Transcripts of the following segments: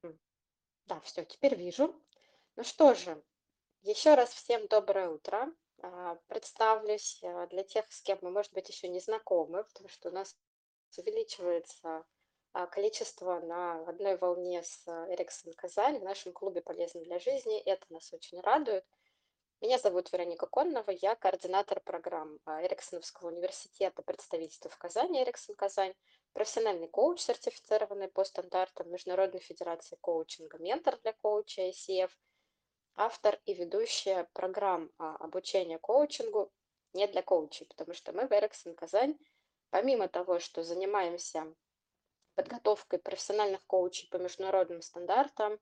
Мгм. Да, все, теперь вижу. Ну что же, еще раз всем доброе утро. Представлюсь для тех, с кем мы, может быть, еще не знакомы, потому что у нас увеличивается количество на одной волне с Эриксон Казань в нашем клубе «Полезно для жизни». Это нас очень радует. Меня зовут Вероника Коннова, я координатор программ Эриксоновского университета представительства в Казани, Эриксон Казань, профессиональный коуч, сертифицированный по стандартам Международной федерации коучинга, ментор для коуча ICF, автор и ведущая программ обучения коучингу не для коучей, потому что мы в Эриксон Казань, помимо того, что занимаемся подготовкой профессиональных коучей по международным стандартам,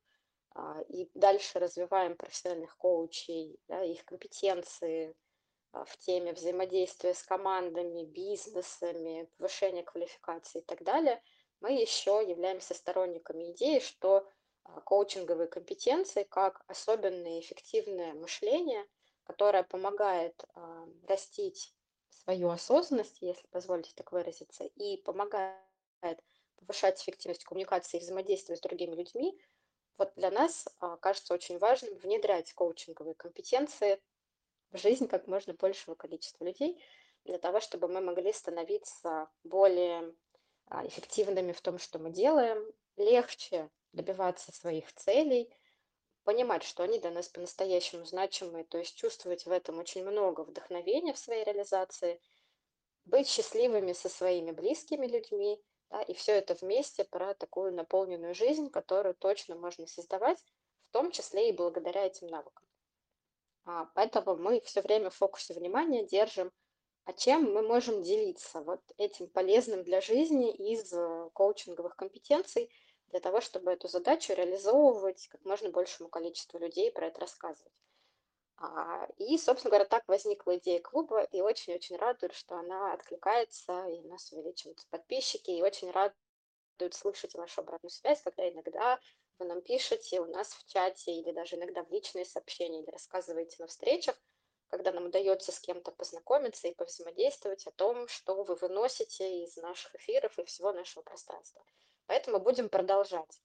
и дальше развиваем профессиональных коучей, да, их компетенции в теме взаимодействия с командами, бизнесами, повышения квалификации и так далее, мы еще являемся сторонниками идеи, что коучинговые компетенции как особенное эффективное мышление, которое помогает растить свою осознанность, если позволите так выразиться, и помогает повышать эффективность коммуникации и взаимодействия с другими людьми, вот для нас кажется очень важным внедрять коучинговые компетенции в жизнь как можно большего количества людей, для того, чтобы мы могли становиться более эффективными в том, что мы делаем, легче добиваться своих целей, понимать, что они для нас по-настоящему значимые, то есть чувствовать в этом очень много вдохновения в своей реализации, быть счастливыми со своими близкими людьми, да, и все это вместе про такую наполненную жизнь, которую точно можно создавать, в том числе и благодаря этим навыкам. Поэтому мы все время в фокусе внимания держим, чем мы можем делиться вот этим полезным для жизни из коучинговых компетенций, для того, чтобы эту задачу реализовывать как можно большему количеству людей, про это рассказывать. И, собственно говоря, так возникла идея клуба, и очень-очень радует, что она откликается, и у нас увеличиваются подписчики, и очень радует слышать вашу обратную связь, когда иногда вы нам пишете у нас в чате или даже иногда в личные сообщения или рассказываете на встречах, когда нам удается с кем-то познакомиться и повзаимодействовать о том, что вы выносите из наших эфиров и всего нашего пространства. Поэтому будем продолжать.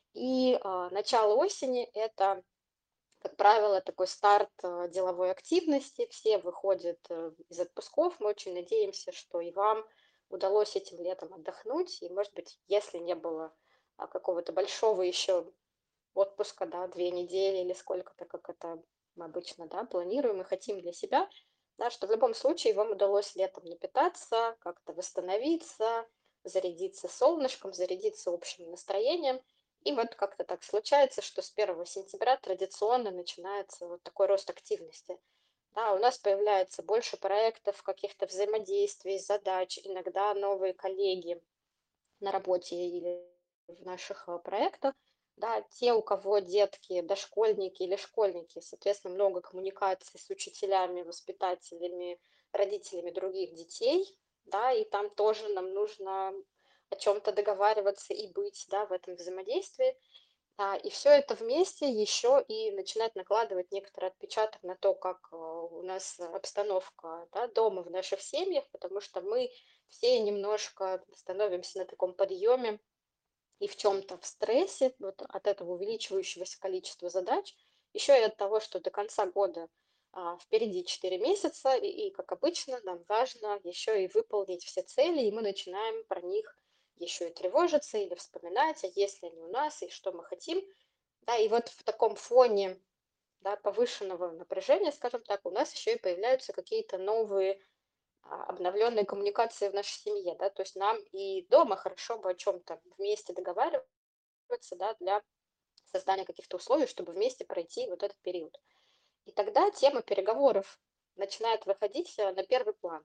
И начало осени– это, как правило, такой старт деловой активности. Все выходят из отпусков. Мы очень надеемся, что и вам удалось этим летом отдохнуть. И, может быть, если не было какого-то большого еще отпуска, да, 2 недели или сколько-то, как это мы обычно, да, планируем и хотим для себя, да, что в любом случае вам удалось летом напитаться, как-то восстановиться, зарядиться солнышком, зарядиться общим настроением. И вот как-то так случается, что с 1 сентября традиционно начинается вот такой рост активности. Да, у нас появляется больше проектов, каких-то взаимодействий, задач, иногда новые коллеги на работе или в наших проектах, да, те, у кого детки, дошкольники или школьники, соответственно, много коммуникаций с учителями, воспитателями, родителями других детей, да, и там тоже нам нужно о чем-то договариваться и быть, да, в этом взаимодействии. И все это вместе еще и начинает накладывать некоторый отпечаток на то, как у нас обстановка, да, дома в наших семьях, потому что мы все немножко становимся на таком подъеме и в чем-то в стрессе вот от этого увеличивающегося количества задач, еще и от того, что до конца года впереди 4 месяца, и, как обычно, нам важно еще и выполнить все цели, и мы начинаем про них еще и тревожиться или вспоминать, а есть ли они у нас, и что мы хотим. Да, и вот в таком фоне, да, повышенного напряжения, скажем так, у нас еще и появляются какие-то новые обновленные коммуникации в нашей семье, да, то есть нам и дома хорошо бы о чем-то вместе договариваться, да, для создания каких-то условий, чтобы вместе пройти вот этот период. И тогда тема переговоров начинает выходить на первый план.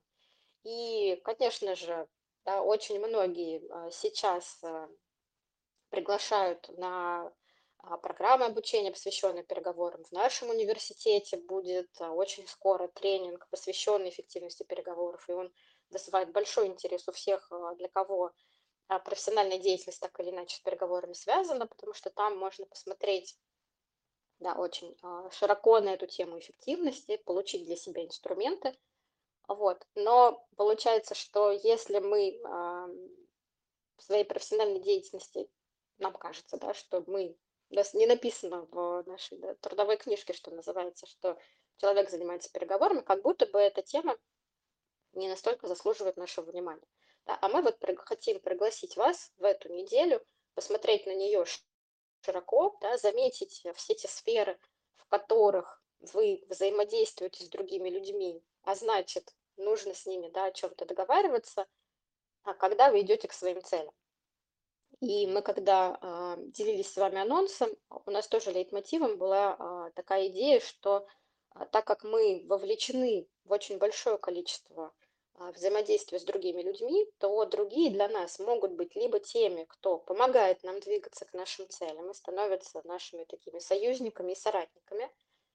И, конечно же, да, очень многие сейчас приглашают на программы обучения, посвященные переговорам. В нашем университете будет очень скоро тренинг, посвященный эффективности переговоров, и он вызывает большой интерес у всех, для кого профессиональная деятельность так или иначе с переговорами связана, потому что там можно посмотреть, да, очень широко на эту тему эффективности, получить для себя инструменты. Вот. Но получается, что если мы в своей профессиональной деятельности нам кажется, да, что мы, у нас не написано в нашей, да, трудовой книжке, что называется, что человек занимается переговорами, как будто бы эта тема не настолько заслуживает нашего внимания. Да, а мы вот хотим пригласить вас в эту неделю, посмотреть на нее широко, да, заметить все те сферы, в которых вы взаимодействуете с другими людьми, а значит, нужно с ними, да, о чем-то договариваться, а когда вы идете к своим целям. И мы, когда делились с вами анонсом, у нас тоже лейтмотивом была такая идея, что так как мы вовлечены в очень большое количество взаимодействия с другими людьми, то другие для нас могут быть либо теми, кто помогает нам двигаться к нашим целям и становятся нашими такими союзниками и соратниками,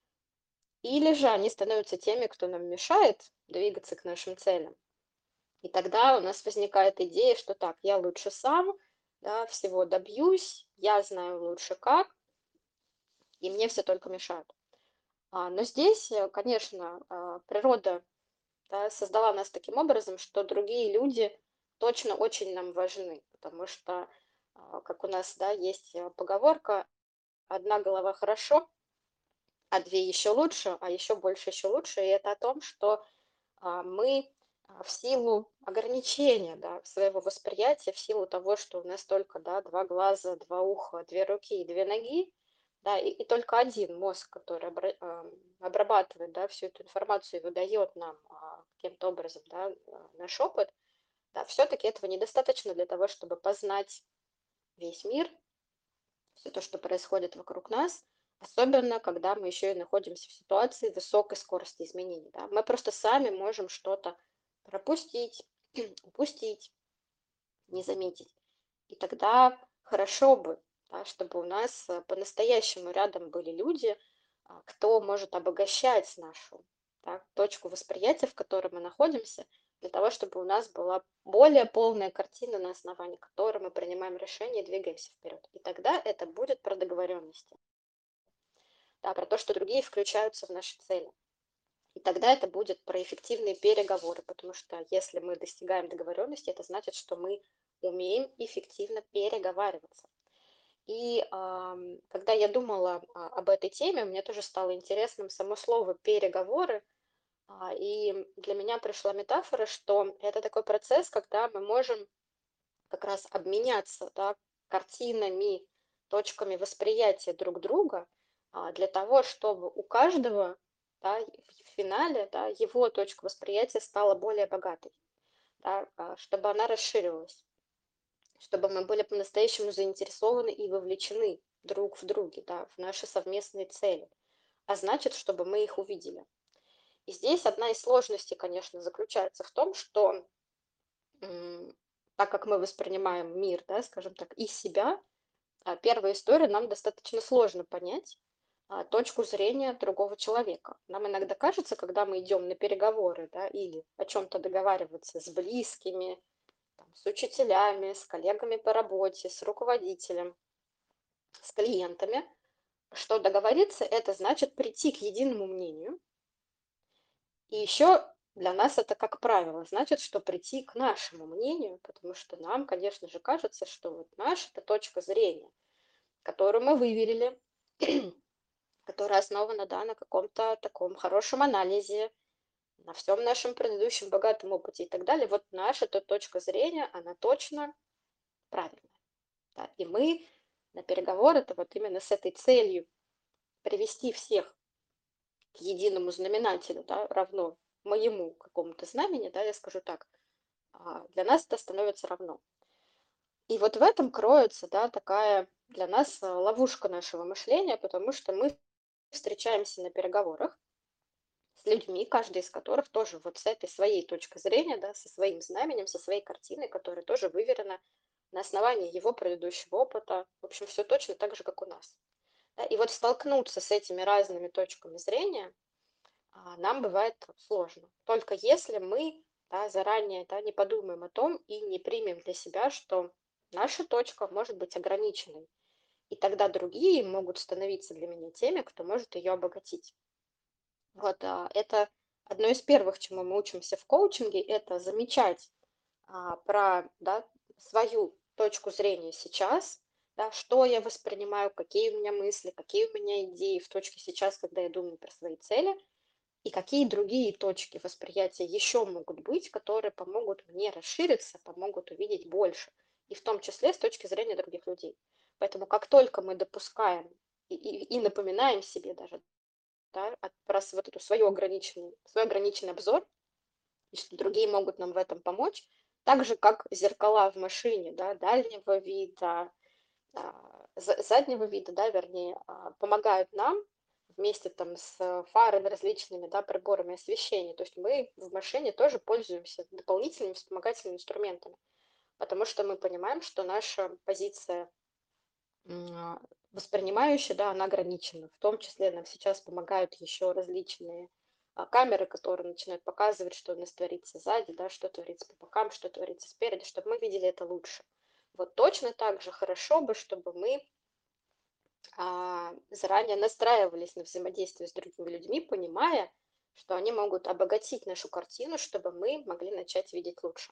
или же они становятся теми, кто нам мешает двигаться к нашим целям. И тогда у нас возникает идея, что так, я лучше сам, да, всего добьюсь, я знаю лучше как, и мне все только мешают. Но здесь, конечно, природа, да, создала нас таким образом, что другие люди точно очень нам важны, потому что, как у нас, да, есть поговорка, одна голова хорошо, а две еще лучше, а еще больше, еще лучше. И это о том, что мы в силу ограничения, да, своего восприятия, в силу того, что у нас только, да, два глаза, два уха, две руки и две ноги, да, и только один мозг, который обрабатывает, да, всю эту информацию и выдает нам каким-то образом, да, наш опыт, да, все-таки этого недостаточно для того, чтобы познать весь мир, все то, что происходит вокруг нас, особенно когда мы еще и находимся в ситуации высокой скорости изменений. Да. Мы просто сами можем что-то пропустить, упустить, не заметить. И тогда хорошо бы, да, чтобы у нас по-настоящему рядом были люди, кто может обогащать нашу, да, точку восприятия, в которой мы находимся, для того, чтобы у нас была более полная картина, на основании которой мы принимаем решения и двигаемся вперед. И тогда это будет про договоренности, да, про то, что другие включаются в наши цели. И тогда это будет про эффективные переговоры, потому что если мы достигаем договоренности, это значит, что мы умеем эффективно переговариваться. И когда я думала об этой теме, мне тоже стало интересным само слово переговоры. И для меня пришла метафора, что это такой процесс, когда мы можем как раз обменяться, да, картинами, точками восприятия друг друга для того, чтобы у каждого, да, в финале, да, его точка восприятия стала более богатой, да, чтобы она расширилась, чтобы мы были по-настоящему заинтересованы и вовлечены друг в друге, да, в наши совместные цели, а значит, чтобы мы их увидели. И здесь одна из сложностей, конечно, заключается в том, что так как мы воспринимаем мир, да, скажем так, из себя, первая история, нам достаточно сложно понять точку зрения другого человека. Нам иногда кажется, когда мы идем на переговоры, да, или о чем-то договариваться с близкими, там, с учителями, с коллегами по работе, с руководителем, с клиентами, что договориться это значит прийти к единому мнению. И еще для нас это, как правило, значит, что прийти к нашему мнению, потому что нам, конечно же, кажется, что вот наша это точка зрения, которую мы выверили, которая основана, да, на каком-то таком хорошем анализе, на всем нашем предыдущем богатом опыте и так далее. Вот наша эта точка зрения, она точно правильная. Да. И мы на переговоры это вот именно с этой целью привести всех к единому знаменателю, да, равно моему какому-то знамени, да, я скажу так, для нас это становится равно. И вот в этом кроется, да, такая для нас ловушка нашего мышления, потому что мы встречаемся на переговорах с людьми, каждый из которых тоже вот с этой своей точкой зрения, да, со своим знаменем, со своей картиной, которая тоже выверена на основании его предыдущего опыта. В общем, все точно так же, как у нас. Да. И вот столкнуться с этими разными точками зрения нам бывает сложно. Только если мы, да, заранее, да, не подумаем о том и не примем для себя, что наша точка может быть ограниченной. И тогда другие могут становиться для меня теми, кто может ее обогатить. Вот это одно из первых, чему мы учимся в коучинге, это замечать про, да, свою точку зрения сейчас, да, что я воспринимаю, какие у меня мысли, какие у меня идеи в точке сейчас, когда я думаю про свои цели, и какие другие точки восприятия еще могут быть, которые помогут мне расшириться, помогут увидеть больше, и в том числе с точки зрения других людей. Поэтому как только мы допускаем и напоминаем себе даже, да, про вот эту свой ограниченный обзор, и что другие могут нам в этом помочь, так же, как зеркала в машине, да, дальнего вида, заднего вида, да, вернее, помогают нам вместе там с фарами различными, да, приборами освещения. То есть мы в машине тоже пользуемся дополнительными вспомогательными инструментами, потому что мы понимаем, что наша позиция м, а, воспринимающая, да, она ограничена. В том числе нам сейчас помогают еще различные камеры, которые начинают показывать, что у нас творится сзади, да, что творится по бокам, что творится спереди, чтобы мы видели это лучше. Вот точно так же хорошо бы, чтобы мы заранее настраивались на взаимодействие с другими людьми, понимая, что они могут обогатить нашу картину, чтобы мы могли начать видеть лучше.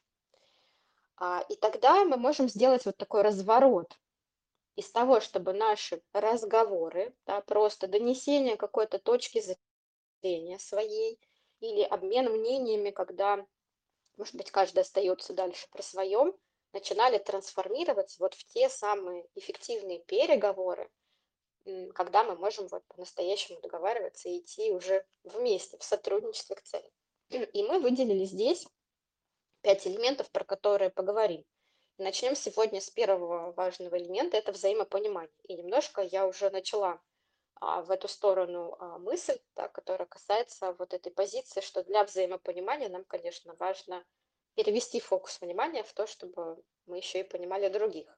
И тогда мы можем сделать вот такой разворот из того, чтобы наши разговоры, да, просто донесение какой-то точки зрения своей или обмен мнениями, когда, может быть, каждый остается дальше при своем, начинали трансформироваться вот в те самые эффективные переговоры, когда мы можем вот по-настоящему договариваться и идти уже вместе в сотрудничестве к цели. И мы выделили здесь 5 элементов, про которые поговорим. Начнем сегодня с первого важного элемента, это взаимопонимание. И немножко я уже начала в эту сторону мысль, да, которая касается вот этой позиции, что для взаимопонимания нам, конечно, важно перевести фокус внимания в то, чтобы мы еще и понимали других.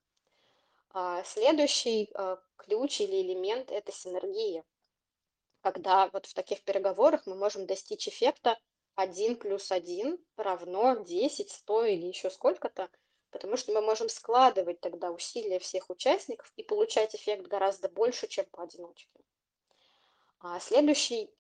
Следующий ключ или элемент – это синергия, когда вот в таких переговорах мы можем достичь эффекта 1 + 1 равно 10, 100 или еще сколько-то, потому что мы можем складывать тогда усилия всех участников и получать эффект гораздо больше, чем поодиночке. Следующий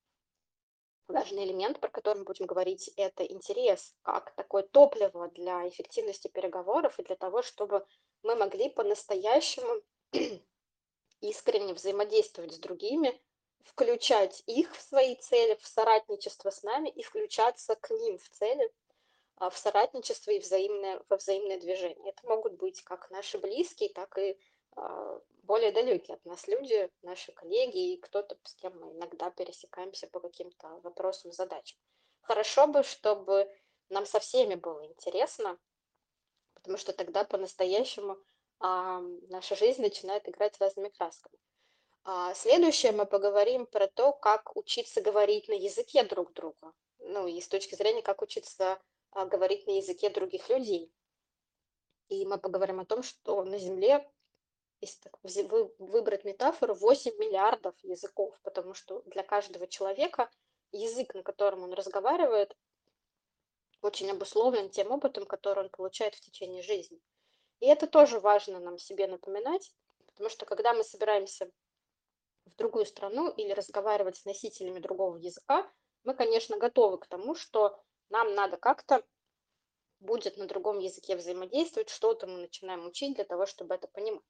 важный элемент, про который мы будем говорить, это интерес, как такое топливо для эффективности переговоров и для того, чтобы мы могли по-настоящему искренне взаимодействовать с другими, включать их в свои цели, в соратничество с нами и включаться к ним в цели, в соратничество и во взаимное движение. Это могут быть как наши близкие, так и более далекие от нас люди, наши коллеги и кто-то, с кем мы иногда пересекаемся по каким-то вопросам, задачам. Хорошо бы, чтобы нам со всеми было интересно, потому что тогда по-настоящему наша жизнь начинает играть разными красками. Следующее мы поговорим про то, как учиться говорить на языке друг друга. Ну, и с точки зрения, как учиться говорить на языке других людей. И мы поговорим о том, что на Земле, если так выбрать метафору, 8 миллиардов языков, потому что для каждого человека язык, на котором он разговаривает, очень обусловлен тем опытом, который он получает в течение жизни. И это тоже важно нам себе напоминать, потому что когда мы собираемся в другую страну или разговаривать с носителями другого языка, мы, конечно, готовы к тому, что нам надо как-то будет на другом языке взаимодействовать, что-то мы начинаем учить для того, чтобы это понимать.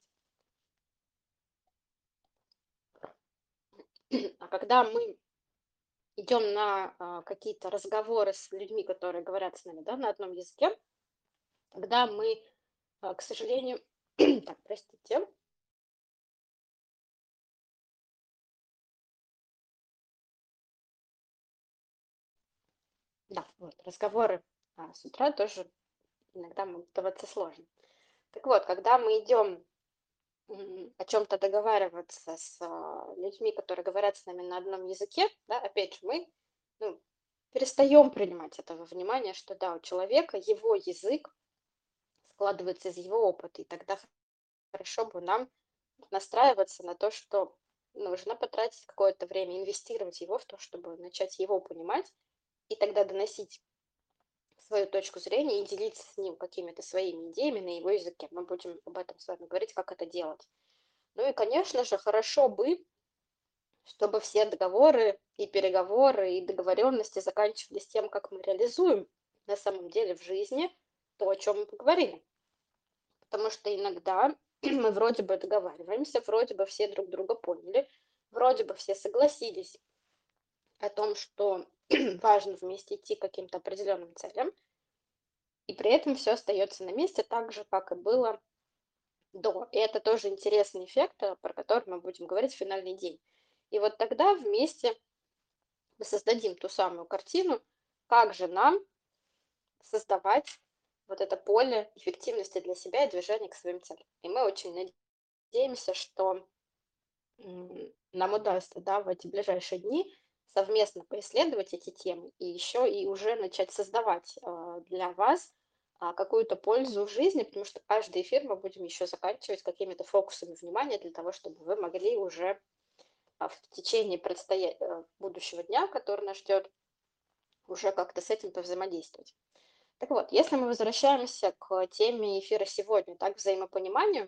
А когда мы идем на какие-то разговоры с людьми, которые говорят с нами, да, на одном языке, тогда мы, к сожалению, так, простите, да, вот, разговоры с утра тоже иногда могут даваться сложно. Так вот, когда мы идем о чем-то договариваться с людьми, которые говорят с нами на одном языке, да, опять же, мы ну, перестаем принимать этого внимания, что да, у человека его язык складывается из его опыта, и тогда хорошо бы нам настраиваться на то, что нужно потратить какое-то время, инвестировать его в то, чтобы начать его понимать, и тогда доносить свою точку зрения и делиться с ним какими-то своими идеями на его языке. Мы будем об этом с вами говорить, как это делать. Ну и, конечно же, хорошо бы, чтобы все договоры и переговоры и договоренности заканчивались тем, как мы реализуем на самом деле в жизни то, о чем мы поговорили. Потому что иногда мы вроде бы договариваемся, вроде бы все друг друга поняли, вроде бы все согласились о том, что важно вместе идти к каким-то определенным целям, и при этом все остается на месте так же, как и было до. И это тоже интересный эффект, про который мы будем говорить в финальный день. И вот тогда вместе мы создадим ту самую картину, как же нам создавать вот это поле эффективности для себя и движения к своим целям. И мы очень надеемся, что нам удастся, да, в эти ближайшие дни совместно поисследовать эти темы и еще и уже начать создавать для вас какую-то пользу в жизни, потому что каждый эфир мы будем еще заканчивать какими-то фокусами внимания для того, чтобы вы могли уже в течение будущего дня, который нас ждет, уже как-то с этим повзаимодействовать. Так вот, если мы возвращаемся к теме эфира сегодня, так, взаимопониманию,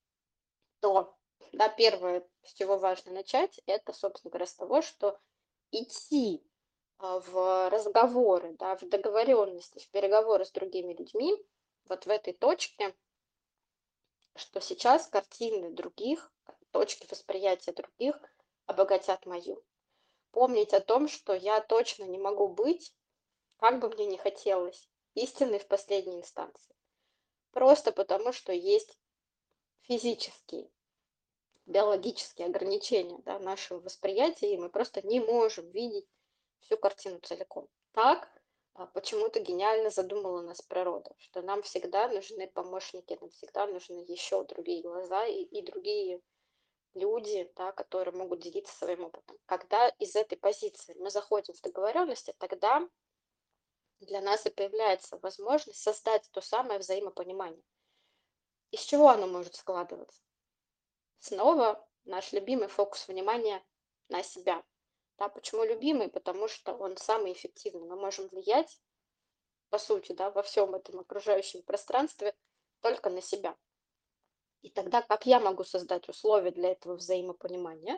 то, да, первое, с чего важно начать, это, собственно говоря, с того, что идти в разговоры, да, в договоренности, в переговоры с другими людьми, вот в этой точке, что сейчас картины других, точки восприятия других обогатят мою. Помнить о том, что я точно не могу быть, как бы мне ни хотелось, истинной в последней инстанции. Просто потому, что есть физические, биологические ограничения, да, нашего восприятия, и мы просто не можем видеть всю картину целиком. Так почему-то гениально задумала нас природа, что нам всегда нужны помощники, нам всегда нужны еще другие глаза и другие люди, да, которые могут делиться своим опытом. Когда из этой позиции мы заходим в договоренности, тогда для нас и появляется возможность создать то самое взаимопонимание. Из чего оно может складываться? Снова наш любимый фокус внимания на себя. Да, почему любимый? Потому что он самый эффективный. Мы можем влиять, по сути, да, во всем этом окружающем пространстве только на себя. И тогда как я могу создать условия для этого взаимопонимания?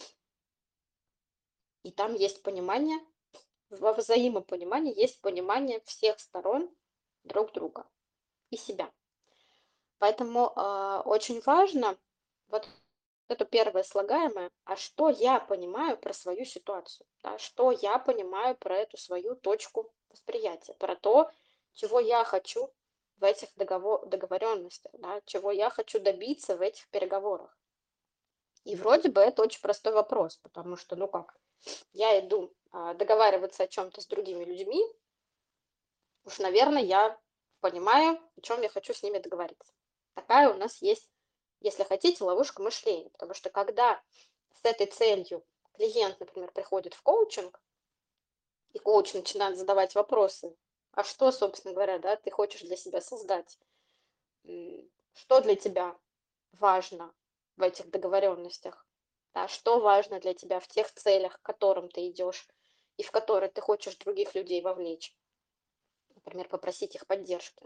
И там есть понимание, во взаимопонимании есть понимание всех сторон друг друга и себя. Поэтому очень важно вот это первое слагаемое, а что я понимаю про свою ситуацию, да, что я понимаю про эту свою точку восприятия, про то, чего я хочу в этих договоренностях, да, чего я хочу добиться в этих переговорах. И вроде бы это очень простой вопрос, потому что, ну как, я иду договариваться о чем-то с другими людьми, уж, наверное, я понимаю, о чем я хочу с ними договориться. Такая у нас есть, если хотите, ловушка мышления. Потому что когда с этой целью клиент, например, приходит в коучинг, и коуч начинает задавать вопросы, а что, собственно говоря, да, ты хочешь для себя создать, что для тебя важно в этих договоренностях, да, что важно для тебя в тех целях, к которым ты идешь и в которые ты хочешь других людей вовлечь, например, попросить их поддержки,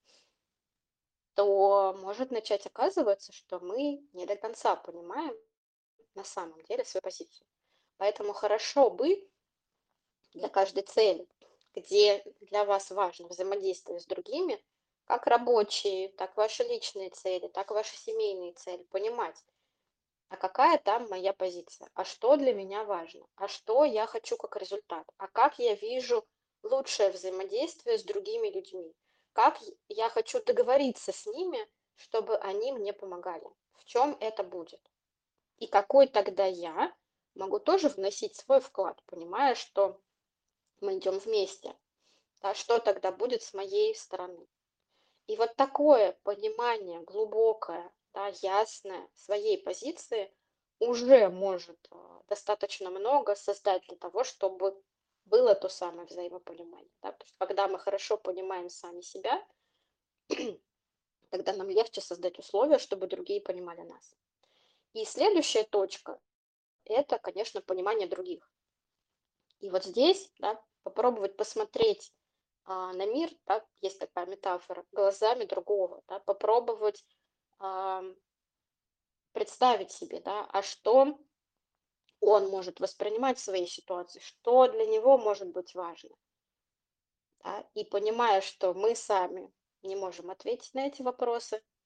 то может начать оказываться, что мы не до конца понимаем на самом деле свою позицию. Поэтому хорошо бы для каждой цели, где для вас важно взаимодействие с другими, как рабочие, так ваши личные цели, так ваши семейные цели, понимать, а какая там моя позиция, а что для меня важно, а что я хочу как результат, а как я вижу лучшее взаимодействие с другими людьми, как я хочу договориться с ними, чтобы они мне помогали, в чем это будет. И какой тогда я могу тоже вносить свой вклад, понимая, что мы идем вместе, да, что тогда будет с моей стороны. И вот такое понимание глубокое, да, ясное своей позиции уже может достаточно много создать для того, чтобы было то самое взаимопонимание. Да? Потому что когда мы хорошо понимаем сами себя, тогда нам легче создать условия, чтобы другие понимали нас. И следующая точка– это, конечно, понимание других. И вот здесь, да, попробовать посмотреть на мир, да, есть такая метафора, глазами другого, да, попробовать а, представить себе, да, а что он может воспринимать в своей ситуации, что для него может быть важно. Да, и понимая, что мы сами не можем ответить на эти вопросы,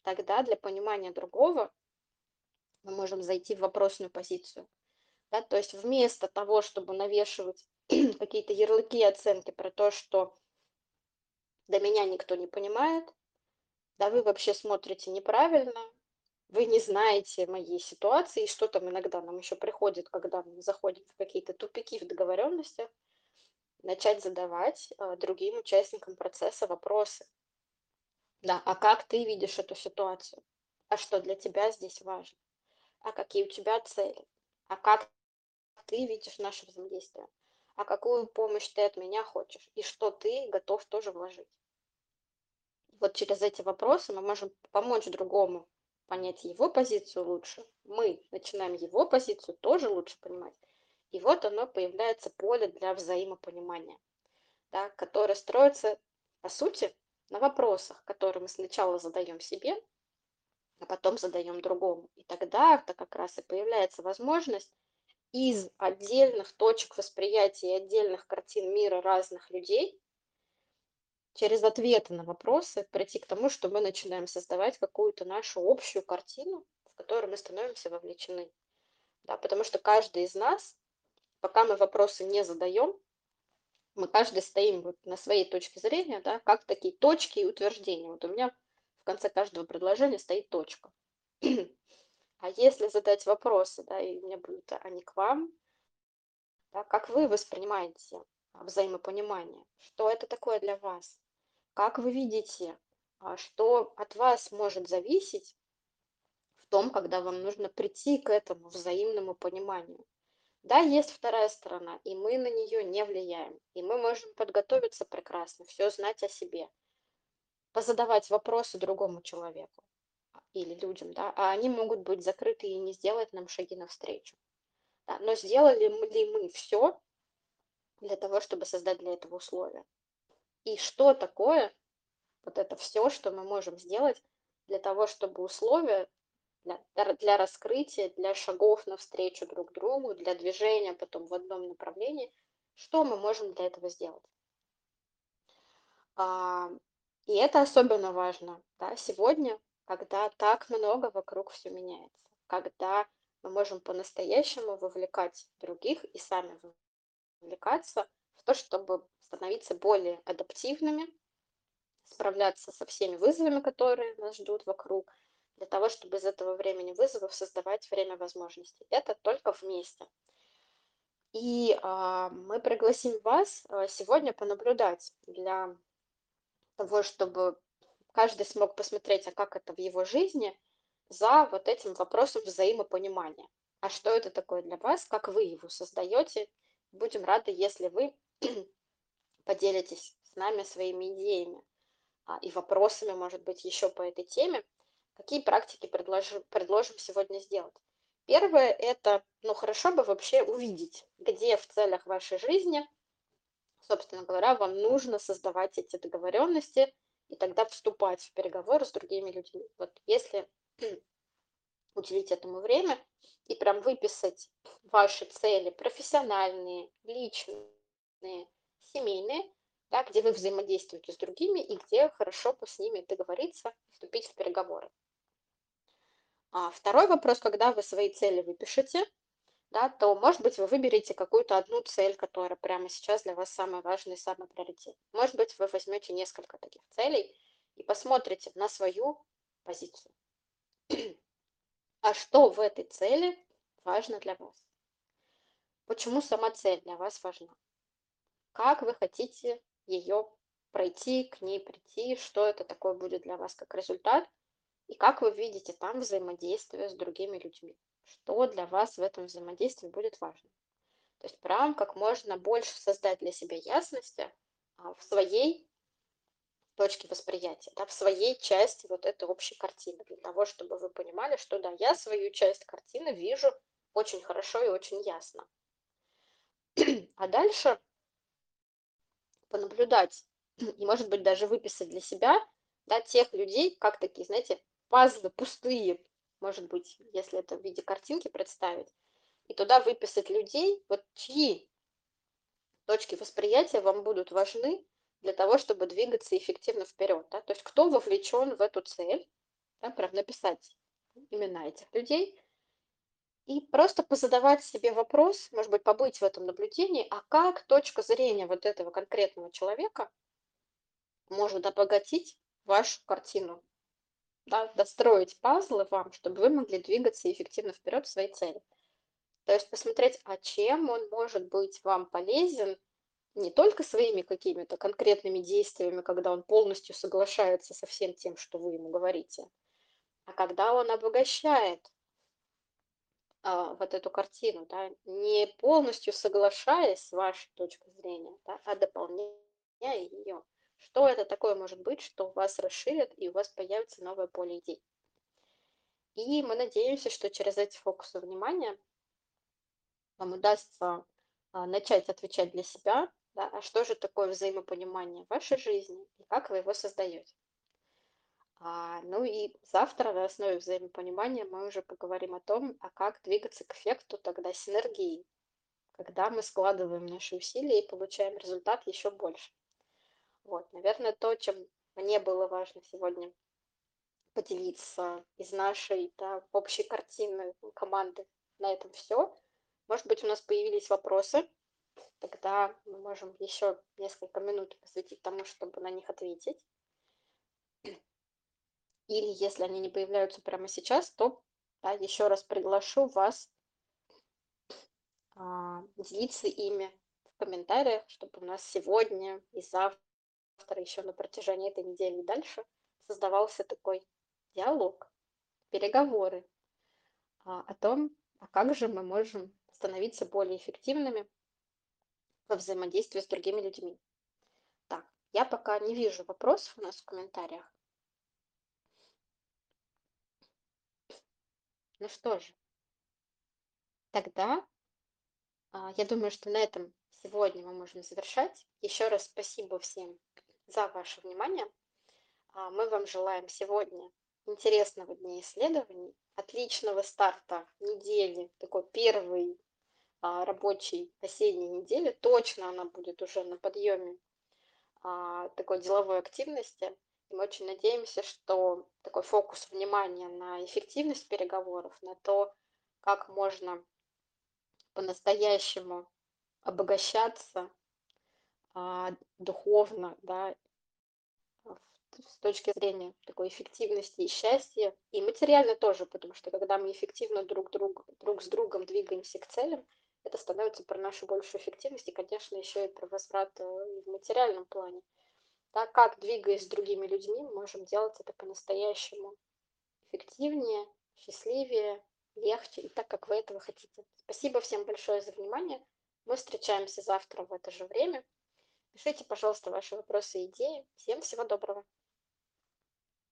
тогда для понимания другого мы можем зайти в вопросную позицию. Да? То есть вместо того, чтобы навешивать какие-то ярлыки и оценки про то, что да меня никто не понимает, да вы вообще смотрите неправильно, вы не знаете моей ситуации, и что там иногда нам еще приходит, когда мы заходим в какие-то тупики в договоренностях, начать задавать другим участникам процесса вопросы. Да, а как ты видишь эту ситуацию? А что для тебя здесь важно? А какие у тебя цели? А как ты видишь наше взаимодействие? А какую помощь ты от меня хочешь? И что ты готов тоже вложить? Вот через эти вопросы мы можем помочь другому понять его позицию лучше. Мы начинаем его позицию тоже лучше понимать. И вот оно появляется поле для взаимопонимания, да, которое строится, по сути, на вопросах, которые мы сначала задаем себе, а потом задаем другому. И тогда-то как раз и появляется возможность из отдельных точек восприятия и отдельных картин мира разных людей через ответы на вопросы прийти к тому, что мы начинаем создавать какую-то нашу общую картину, в которую мы становимся вовлечены. Да, потому что каждый из нас, пока мы вопросы не задаем, мы каждый стоим вот на своей точке зрения, да, как такие точки и утверждения. Вот у меня в конце каждого предложения стоит точка. А если задать вопросы, да, и у меня будут они к вам, да, как вы воспринимаете взаимопонимание? Что это такое для вас? Как вы видите, что от вас может зависеть в том, когда вам нужно прийти к этому взаимному пониманию? Да, есть вторая сторона, и мы на нее не влияем. И мы можем подготовиться прекрасно, все знать о себе, позадавать вопросы другому человеку или людям, да, а они могут быть закрыты и не сделать нам шаги навстречу. Да, но сделали ли мы все для того, чтобы создать для этого условия? И что такое вот это все, что мы можем сделать для того, чтобы условия для раскрытия, для шагов навстречу друг другу, для движения потом в одном направлении, что мы можем для этого сделать? А, и это особенно важно, да, сегодня, когда так много вокруг все меняется, когда мы можем по-настоящему вовлекать других и сами вовлекаться в то, чтобы становиться более адаптивными, справляться со всеми вызовами, которые нас ждут вокруг, для того, чтобы из этого времени вызовов создавать время возможностей. Это только вместе. И мы пригласим вас сегодня понаблюдать для того, чтобы каждый смог посмотреть, а как это в его жизни, за вот этим вопросом взаимопонимания. А что это такое для вас, как вы его создаете? Будем рады, если вы поделитесь с нами своими идеями и вопросами, может быть, еще по этой теме. Какие практики предложим сегодня сделать? Первое– это, ну, хорошо бы вообще увидеть, где в целях вашей жизни, собственно говоря, вам нужно создавать эти договоренности и тогда вступать в переговоры с другими людьми. Вот если уделить этому время и прям выписать ваши цели профессиональные, личные, семейные, да, где вы взаимодействуете с другими и где хорошо бы с ними договориться, вступить в переговоры. А второй вопрос, когда вы свои цели выпишете, да, то, может быть, вы выберете какую-то одну цель, которая прямо сейчас для вас самая важная и самый приоритет. Может быть, вы возьмете несколько таких целей и посмотрите на свою позицию. А что в этой цели важно для вас? Почему сама цель для вас важна? Как вы хотите ее пройти, к ней прийти, что это такое будет для вас как результат, и как вы видите там взаимодействие с другими людьми, что для вас в этом взаимодействии будет важно. То есть прям как можно больше создать для себя ясности в своей точке восприятия, да, в своей части вот этой общей картины, для того, чтобы вы понимали, что да, я свою часть картины вижу очень хорошо и очень ясно. А дальше понаблюдать и, может быть, даже выписать для себя, да, тех людей, как такие, знаете, пазлы пустые, может быть, если это в виде картинки представить, и туда выписать людей, вот чьи точки восприятия вам будут важны для того, чтобы двигаться эффективно вперед, да, то есть кто вовлечен в эту цель, да, прям написать имена этих людей и просто позадавать себе вопрос, может быть, побыть в этом наблюдении, а как точка зрения вот этого конкретного человека может обогатить вашу картину, да, достроить пазлы вам, чтобы вы могли двигаться эффективно вперед в своей цели. То есть посмотреть, а чем он может быть вам полезен не только своими какими-то конкретными действиями, когда он полностью соглашается со всем тем, что вы ему говорите, а когда он обогащает вот эту картину, да, не полностью соглашаясь с вашей точкой зрения, да, а дополняя ее. Что это такое может быть, что вас расширит и у вас появится новое поле идей. И мы надеемся, что через эти фокусы внимания вам удастся начать отвечать для себя, да, а что же такое взаимопонимание в вашей жизни и как вы его создаете. Ну и завтра на основе взаимопонимания мы уже поговорим о том, а как двигаться к эффекту тогда синергии, когда мы складываем наши усилия и получаем результат еще больше. Вот, наверное, то, чем мне было важно сегодня поделиться из нашей, да, общей картины команды. На этом все. Может быть, у нас появились вопросы, тогда мы можем еще несколько минут посвятить тому, чтобы на них ответить. Или если они не появляются прямо сейчас, то да, еще раз приглашу вас делиться ими в комментариях, чтобы у нас сегодня и завтра, еще на протяжении этой недели и дальше создавался такой диалог, переговоры о том, а как же мы можем становиться более эффективными во взаимодействии с другими людьми. Так, я пока не вижу вопросов у нас в комментариях. Ну что же, тогда я думаю, что на этом сегодня мы можем завершать. Еще раз спасибо всем за ваше внимание. Мы вам желаем сегодня интересного дня исследований, отличного старта недели, такой первый рабочей осенней недели. Точно она будет уже на подъеме такой деловой активности. И мы очень надеемся, что такой фокус внимания на эффективность переговоров, на то, как можно по-настоящему обогащаться духовно, да, с точки зрения такой эффективности и счастья, и материально тоже, потому что когда мы эффективно друг с другом двигаемся к целям, это становится про нашу большую эффективность и, конечно, еще и про возврат в материальном плане. Так как, двигаясь с другими людьми, мы можем делать это по-настоящему эффективнее, счастливее, легче и так, как вы этого хотите. Спасибо всем большое за внимание. Мы встречаемся завтра в это же время. Пишите, пожалуйста, ваши вопросы и идеи. Всем всего доброго.